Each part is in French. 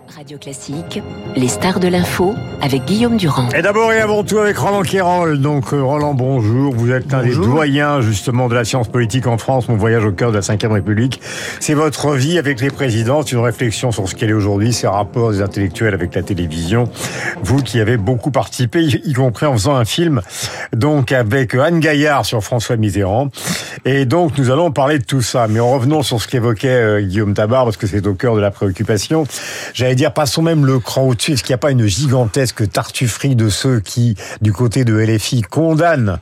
Radio Classique, les stars de l'info avec Guillaume Durand. Et d'abord et avant tout avec Roland Quérol. Donc Roland, bonjour. Vous êtes un des doyens justement de la science politique en France. Mon voyage au cœur de la Ve République. C'est votre vie avec les présidents. C'est une réflexion sur ce qu'elle est aujourd'hui, ses rapports des intellectuels avec la télévision. Vous qui avez beaucoup participé, y compris en faisant un film donc avec Anne Gaillard sur François Mitterrand. Et donc nous allons parler de tout ça. Mais revenons sur ce qu'évoquait Guillaume Tabar parce que c'est au cœur de la préoccupation. J'allais dire, passons même le cran au-dessus. Est-ce qu'il n'y a pas une gigantesque tartufferie de ceux qui, du côté de LFI, condamnent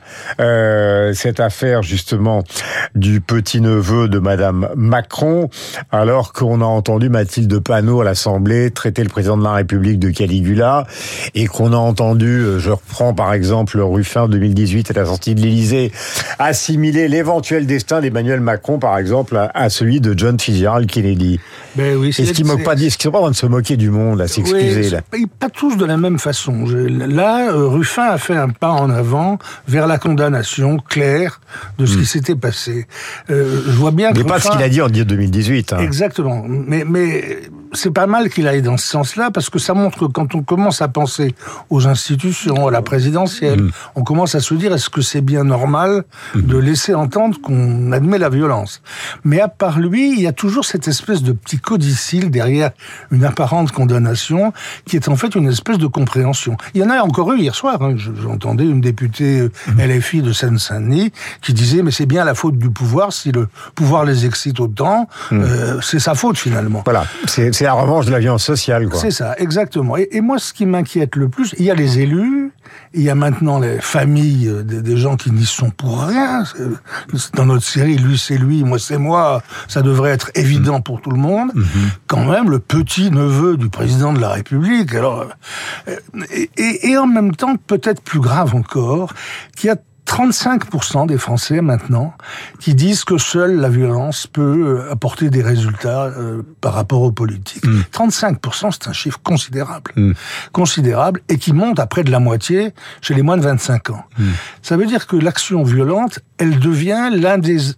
cette affaire justement du petit-neveu de Madame Macron, alors qu'on a entendu Mathilde Panot à l'Assemblée traiter le président de la République de Caligula, et qu'on a entendu, je reprends par exemple Ruffin 2018 à la sortie de l'Élysée, assimiler l'éventuel destin d'Emmanuel Macron par exemple à celui de John Fitzgerald Kennedy. Ben oui, est-ce qu'ils moquent pas, est-ce qu'ils sont pas en train de se moquer du monde, à s'excuser, oui, là? Pas tous de la même façon. Là, Ruffin a fait un pas en avant vers la condamnation claire de ce qui s'était passé. Je vois bien que mais pas Ruffin... ce qu'il a dit en 2018. Hein. Exactement. Mais c'est pas mal qu'il aille dans ce sens-là, parce que ça montre que quand on commence à penser aux institutions, à la présidentielle, on commence à se dire, est-ce que c'est bien normal de laisser entendre qu'on admet la violence? Mais à part lui, il y a toujours cette espèce de petit codicile derrière une apparente condamnation, qui est en fait une espèce de compréhension. Il y en a encore eu hier soir, hein. J'entendais une députée LFI de Seine-Saint-Denis qui disait, mais c'est bien la faute du pouvoir, si le pouvoir les excite autant, c'est sa faute finalement. Voilà, c'est la revanche de la violence sociale, quoi. C'est ça, exactement. Et moi, ce qui m'inquiète le plus, il y a les élus, il y a maintenant les familles des gens qui n'y sont pour rien. Dans notre série, lui c'est lui, moi c'est moi, ça devrait être évident pour tout le monde. Quand même, le petit-neveu du président de la République. Alors, et en même temps, peut-être plus grave encore, qu'il y a 35% des Français maintenant qui disent que seule la violence peut apporter des résultats par rapport aux politiques. 35%, c'est un chiffre considérable. Considérable, et qui monte à près de la moitié chez les moins de 25 ans. Ça veut dire que l'action violente, elle devient l'un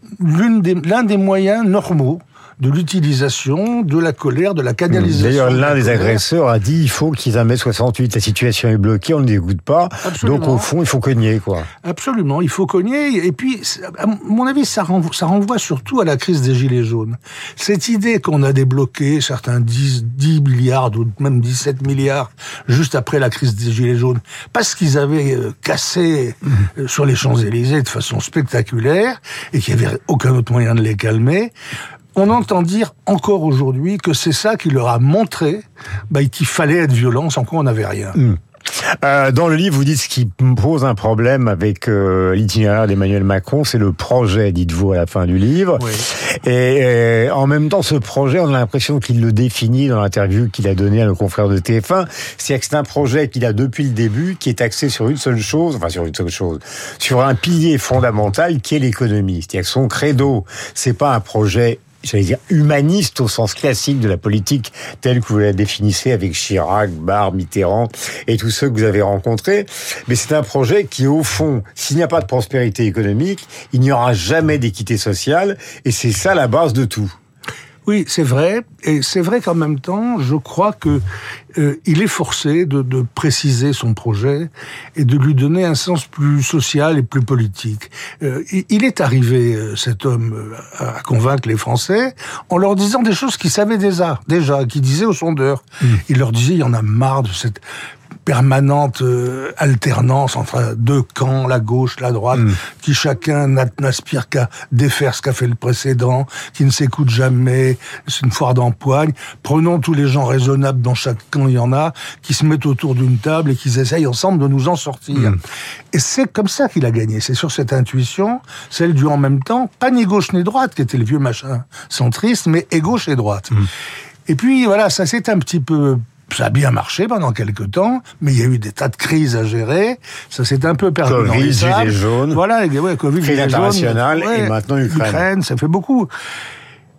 des moyens normaux de l'utilisation de la colère, de la canalisation. D'ailleurs, l'un des agresseurs a dit, il faut qu'ils en mettent 68. La situation est bloquée, on ne l'écoute pas. Absolument. Donc, au fond, il faut cogner, quoi. Absolument, il faut cogner. Et puis, à mon avis, ça renvoie surtout à la crise des Gilets jaunes. Cette idée qu'on a débloqué certains 10 milliards, ou même 17 milliards, juste après la crise des Gilets jaunes, parce qu'ils avaient cassé sur les Champs-Élysées de façon spectaculaire, et qu'il n'y avait aucun autre moyen de les calmer. On entend dire encore aujourd'hui que c'est ça qui leur a montré qu'il fallait être violent, sans quoi on n'avait rien. Dans le livre, vous dites ce qui pose un problème avec l'itinéraire d'Emmanuel Macron, c'est le projet, dites-vous à la fin du livre. Oui. Et en même temps, ce projet, on a l'impression qu'il le définit dans l'interview qu'il a donnée à nos confrères de TF1. C'est-à-dire que c'est un projet qu'il a depuis le début, qui est axé sur une seule chose, sur un pilier fondamental qui est l'économie. C'est-à-dire que son credo, c'est pas un projet, j'allais dire, humaniste au sens classique de la politique telle que vous la définissez avec Chirac, Barre, Mitterrand et tous ceux que vous avez rencontrés. Mais c'est un projet qui, au fond, s'il n'y a pas de prospérité économique, il n'y aura jamais d'équité sociale, et c'est ça la base de tout. Oui, c'est vrai, et c'est vrai qu'en même temps, je crois que il est forcé de préciser son projet et de lui donner un sens plus social et plus politique. Il est arrivé, cet homme, à convaincre les Français en leur disant des choses qu'ils savaient déjà, qu'ils disaient aux sondeurs. Il leur disait, il y en a marre de cette permanente alternance entre deux camps, la gauche, la droite, qui chacun n'aspire qu'à défaire ce qu'a fait le précédent, qui ne s'écoute jamais, c'est une foire d'empoigne. Prenons tous les gens raisonnables dans chaque camp, il y en a, qui se mettent autour d'une table et qui essayent ensemble de nous en sortir. Et c'est comme ça qu'il a gagné. C'est sur cette intuition, celle du en même temps, pas ni gauche ni droite, qui était le vieux machin centriste, mais et gauche et droite. Et puis voilà, ça s'est un petit peu... Ça a bien marché pendant quelques temps, mais il y a eu des tas de crises à gérer. Ça s'est un peu perdu dans les sables. Covid, Gilets jaunes. Voilà, Covid, crise internationale, et maintenant Ukraine. Ça fait beaucoup.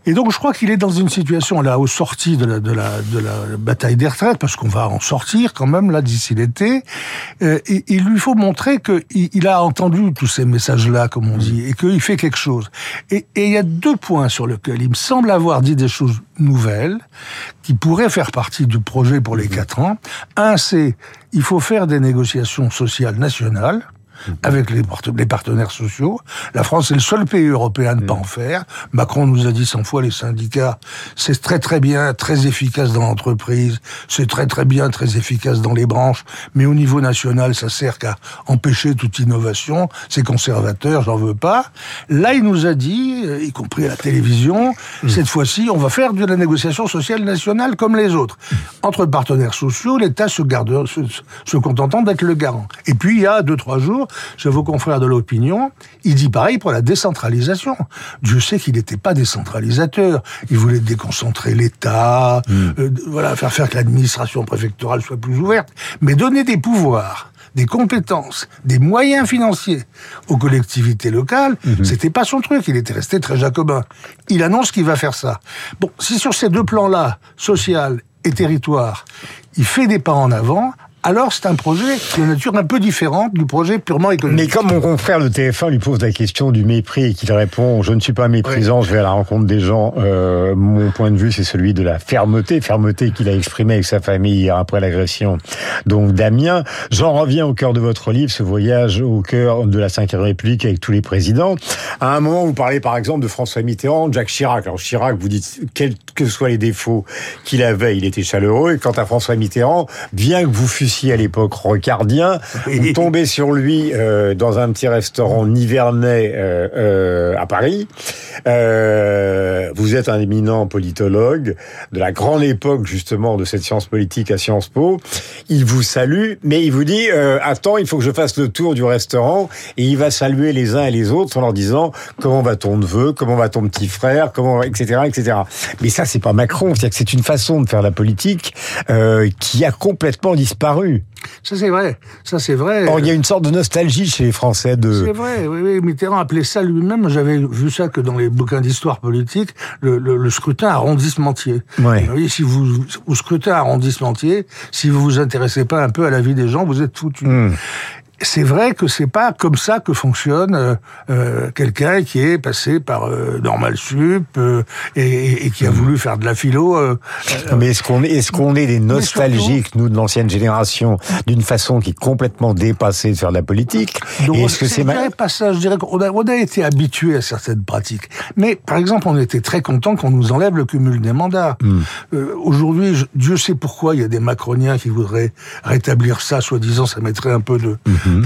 Et donc, je crois qu'il est dans une situation, là, au sorti de la bataille des retraites, parce qu'on va en sortir quand même, là, d'ici l'été, et il lui faut montrer qu'il a entendu tous ces messages-là, comme on dit, et qu'il fait quelque chose. Et il y a 2 points sur lesquels il me semble avoir dit des choses nouvelles, qui pourraient faire partie du projet pour les 4 ans. Un, c'est, il faut faire des négociations sociales nationales, avec les partenaires sociaux. La France est le seul pays européen à ne pas en faire. Macron nous a dit 100 fois, les syndicats, c'est très très bien, très efficace dans l'entreprise, c'est très très bien, très efficace dans les branches, mais au niveau national, ça sert qu'à empêcher toute innovation, c'est conservateur, j'en veux pas. Là, il nous a dit, y compris à la télévision, cette fois-ci, on va faire de la négociation sociale nationale comme les autres. Entre partenaires sociaux, l'État se contentant d'être le garant. Et puis, il y a 2-3 jours, chez vos confrères de l'opinion, il dit pareil pour la décentralisation. Dieu sait qu'il n'était pas décentralisateur. Il voulait déconcentrer l'État, faire que l'administration préfectorale soit plus ouverte, mais donner des pouvoirs, des compétences, des moyens financiers aux collectivités locales, c'était pas son truc. Il était resté très jacobin. Il annonce qu'il va faire ça. Bon, si sur ces 2 plans-là, social et territoire, il fait des pas en avant, alors c'est un projet de nature un peu différente du projet purement économique. Mais comme mon confrère de TF1 lui pose la question du mépris et qu'il répond « Je ne suis pas méprisant, je vais à la rencontre des gens. Mon point de vue, c'est celui de la fermeté qu'il a exprimée avec sa famille hier après l'agression donc d'Amiens. » J'en reviens au cœur de votre livre, ce voyage au cœur de la Ve République avec tous les présidents. À un moment, vous parlez par exemple de François Mitterrand, de Jacques Chirac. Alors Chirac, vous dites, quels que soient les défauts qu'il avait, il était chaleureux. Et quant à François Mitterrand, bien que vous fussiez à l'époque rocardien, vous tombez sur lui dans un petit restaurant nivernais à Paris. Vous êtes un éminent politologue de la grande époque justement de cette science politique à Sciences Po. Il vous salue, mais il vous dit attends, il faut que je fasse le tour du restaurant, et il va saluer les uns et les autres en leur disant comment va ton neveu, comment va ton petit frère, etc. Mais ça, c'est pas Macron, c'est-à-dire que c'est une façon de faire la politique qui a complètement disparu. Ça c'est vrai. Or, il y a une sorte de nostalgie chez les Français de... C'est vrai, oui. Mitterrand appelait ça lui-même, j'avais vu ça que dans les bouquins d'histoire politique, le scrutin arrondissementier. Ouais. Vous voyez, si vous scrutez arrondissementier, si vous vous intéressez pas un peu à la vie des gens, vous êtes foutu. C'est vrai que c'est pas comme ça que fonctionne quelqu'un qui est passé par Normal Sup et qui a voulu faire de la philo. Mais est-ce qu'on est des nostalgiques, surtout, nous de l'ancienne génération, d'une façon qui est complètement dépassée de faire de la politique? Donc, est-ce que c'est pas ça? Je dirais qu'on a été habitué à certaines pratiques. Mais par exemple, on était très content qu'on nous enlève le cumul des mandats. Aujourd'hui, Dieu sait pourquoi il y a des macroniens qui voudraient rétablir ça, soi-disant, ça mettrait un peu de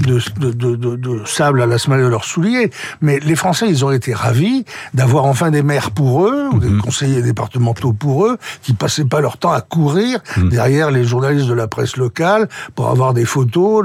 sable à la semelle de leurs souliers. Mais les Français, ils ont été ravis d'avoir enfin des maires pour eux, ou des conseillers départementaux pour eux, qui passaient pas leur temps à courir derrière les journalistes de la presse locale pour avoir des photos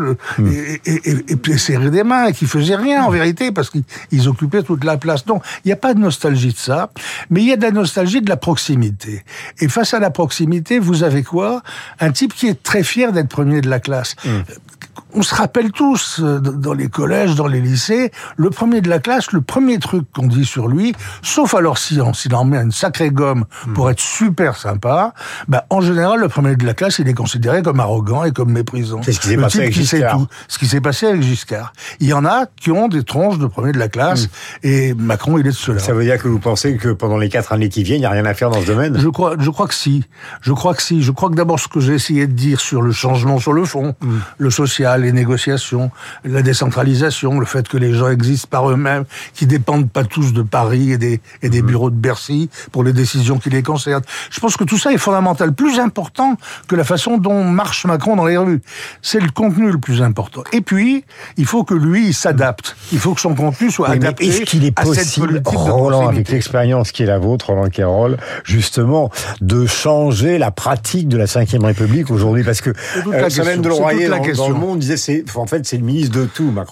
et serrer des mains, et qui faisaient rien en vérité parce qu'ils occupaient toute la place. Donc, il n'y a pas de nostalgie de ça, mais il y a de la nostalgie de la proximité. Et face à la proximité, vous avez quoi? Un type qui est très fier d'être premier de la classe. On se rappelle tous, dans les collèges, dans les lycées, le premier de la classe, le premier truc qu'on dit sur lui, sauf alors s'il en met une sacrée gomme pour être super sympa, en général, le premier de la classe, il est considéré comme arrogant et comme méprisant. C'est ce qui s'est passé avec Giscard. Ce qui s'est passé avec Giscard. Il y en a qui ont des tronches de premier de la classe, et Macron, il est de ceux-là. Ça veut dire que vous pensez que pendant les 4 années qui viennent, il n'y a rien à faire dans ce domaine? Je crois que si. Je crois que d'abord, ce que j'ai essayé de dire sur le changement sur le fond, le social, les négociations, la décentralisation, le fait que les gens existent par eux-mêmes, qui dépendent pas tous de Paris et des bureaux de Bercy pour les décisions qui les concernent. Je pense que tout ça est fondamental, plus important que la façon dont marche Macron dans les rues. C'est le contenu le plus important. Et puis, il faut que lui, il s'adapte. Il faut que son contenu soit adapté est-ce qu'il est possible, Roland, avec l'expérience qui est la vôtre, Roland Quérol, justement, de changer la pratique de la Ve République aujourd'hui? Parce que Solène Delroyer, dans Le Monde, disait en fait, c'est le ministre de tout, Macron.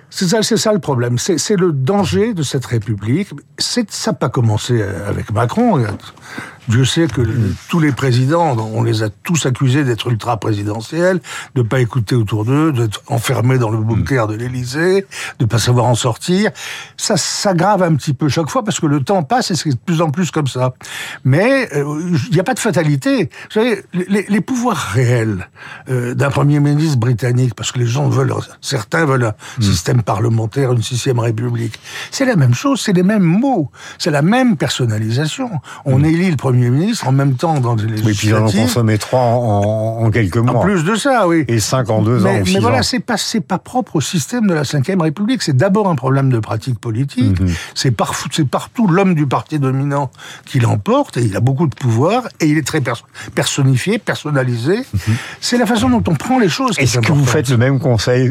C'est ça le problème. C'est le danger de cette République. Ça n'a pas commencé avec Macron. Dieu sait que tous les présidents, on les a tous accusés d'être ultra-présidentiels, de pas écouter autour d'eux, d'être enfermés dans le bunker de l'Élysée, de pas savoir en sortir. Ça s'aggrave un petit peu chaque fois parce que le temps passe et c'est de plus en plus comme ça. Mais il n'y a pas de fatalité. Vous savez, les pouvoirs réels d'un Premier ministre britannique, parce que les gens certains veulent un système parlementaire, une 6e République. C'est la même chose, c'est les mêmes mots, c'est la même personnalisation. On élit le Premier ministre en même temps dans les législatives. Oui, puis ils en ont consommé 3 en quelques mois. En plus de ça, oui. Et 5 en 2 ans. Mais voilà, c'est pas propre au système de la 5e République. C'est d'abord un problème de pratique politique. C'est partout l'homme du parti dominant qui l'emporte, et il a beaucoup de pouvoir, et il est très personnifié, personnalisé. C'est la façon dont on prend les choses. Est-ce que vous faites le même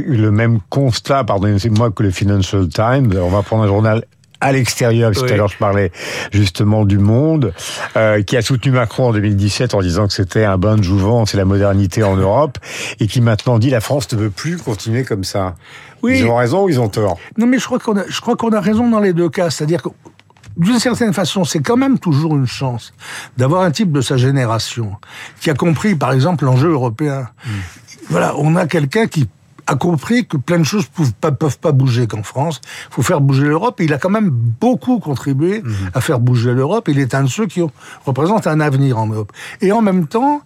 constat, pardonnez-moi, que le Financial Times? On va prendre un journal à l'extérieur, parce que tout à l'heure je parlais justement du Monde, qui a soutenu Macron en 2017 en disant que c'était un bain de jouvence, c'est la modernité en Europe, et qui maintenant dit la France ne veut plus continuer comme ça. Oui. Ils ont raison ou ils ont tort? Non, mais je crois qu'on a raison dans les deux cas, c'est-à-dire que d'une certaine façon, c'est quand même toujours une chance d'avoir un type de sa génération qui a compris, par exemple, l'enjeu européen. Voilà, on a quelqu'un qui a compris que plein de choses peuvent pas bouger qu'en France. Il faut faire bouger l'Europe. Et il a quand même beaucoup contribué à faire bouger l'Europe. Il est un de ceux qui représentent un avenir en Europe. Et en même temps,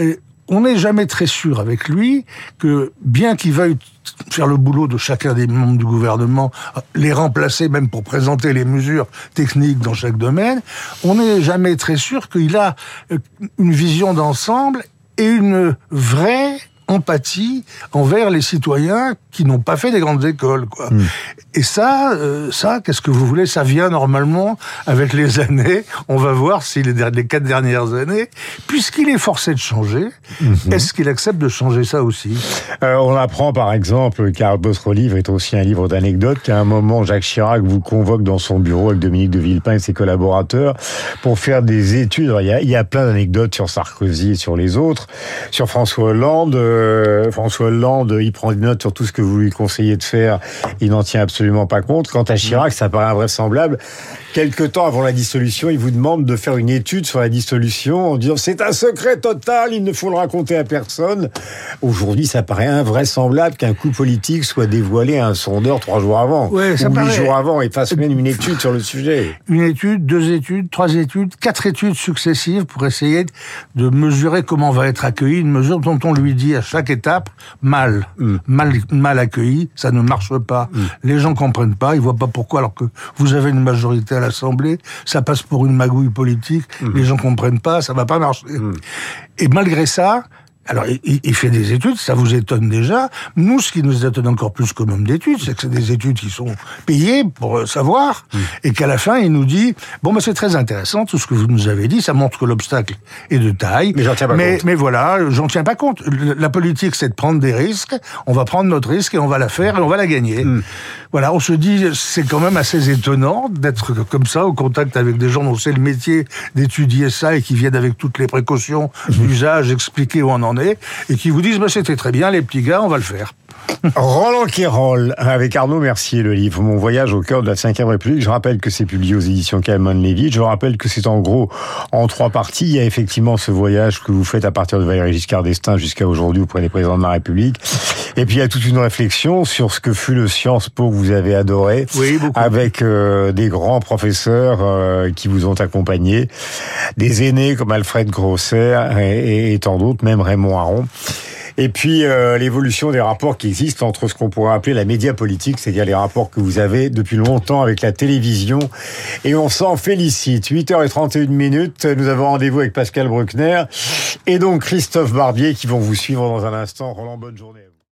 on n'est jamais très sûr avec lui que, bien qu'il veuille faire le boulot de chacun des membres du gouvernement, les remplacer même pour présenter les mesures techniques dans chaque domaine, on n'est jamais très sûr qu'il a une vision d'ensemble et une vraie empathie envers les citoyens qui n'ont pas fait des grandes écoles, quoi. Et ça, qu'est-ce que vous voulez? Ça vient normalement avec les années. On va voir si les 4 dernières années, puisqu'il est forcé de changer, est-ce qu'il accepte de changer ça aussi? On apprend par exemple, car votre livre est aussi un livre d'anecdotes, qu'à un moment Jacques Chirac vous convoque dans son bureau avec Dominique de Villepin et ses collaborateurs pour faire des études. Alors, il y a plein d'anecdotes sur Sarkozy et sur les autres, sur François Hollande. François Hollande, il prend des notes sur tout ce que vous lui conseillez de faire, il n'en tient absolument pas compte. Quant à Chirac, ça paraît invraisemblable. Quelque temps avant la dissolution, il vous demande de faire une étude sur la dissolution en disant c'est un secret total, il ne faut le raconter à personne. Aujourd'hui, ça paraît invraisemblable qu'un coup politique soit dévoilé à un sondeur 3 jours avant, ou 8 jours avant, et fasse même une étude sur le sujet. Une étude, 2 études, 3 études, 4 études successives pour essayer de mesurer comment va être accueillie une mesure dont on lui dit à chaque étape mal accueillie, ça ne marche pas. Les gens comprennent pas, ils voient pas pourquoi, alors que vous avez une majorité à l'Assemblée, ça passe pour une magouille politique, les gens comprennent pas, ça va pas marcher. Et malgré ça, alors, il fait des études, ça vous étonne déjà. Nous, ce qui nous étonne encore plus comme homme d'études, c'est que c'est des études qui sont payées pour savoir, et qu'à la fin, il nous dit, bon, c'est très intéressant, tout ce que vous nous avez dit, ça montre que l'obstacle est de taille. Mais j'en tiens pas compte. Mais voilà, j'en tiens pas compte. La politique, c'est de prendre des risques, on va prendre notre risque et on va la faire et on va la gagner. Voilà, on se dit, c'est quand même assez étonnant d'être comme ça, au contact avec des gens dont c'est le métier d'étudier ça et qui viennent avec toutes les précautions d'usage, expliquer où on en est, et qui vous disent, c'était très bien, les petits gars, on va le faire. Roland Quérol, avec Arnaud Mercier, le livre « Mon voyage au cœur de la 5e République ». Je rappelle que c'est publié aux éditions Calman-Lévy. Je rappelle que c'est en gros en 3 parties. Il y a effectivement ce voyage que vous faites à partir de Valéry Giscard d'Estaing jusqu'à aujourd'hui auprès des présidents de la République. Et puis il y a toute une réflexion sur ce que fut le Sciences Po que vous avez adoré, oui, beaucoup. Avec des grands professeurs qui vous ont accompagné, des aînés comme Alfred Grosser et tant d'autres, même Raymond Aron. Et puis l'évolution des rapports qui existent entre ce qu'on pourrait appeler la médiapolitique, c'est-à-dire les rapports que vous avez depuis longtemps avec la télévision, et on s'en félicite. 8h31, nous avons rendez-vous avec Pascal Bruckner et donc Christophe Barbier qui vont vous suivre dans un instant. Roland, bonne journée à vous.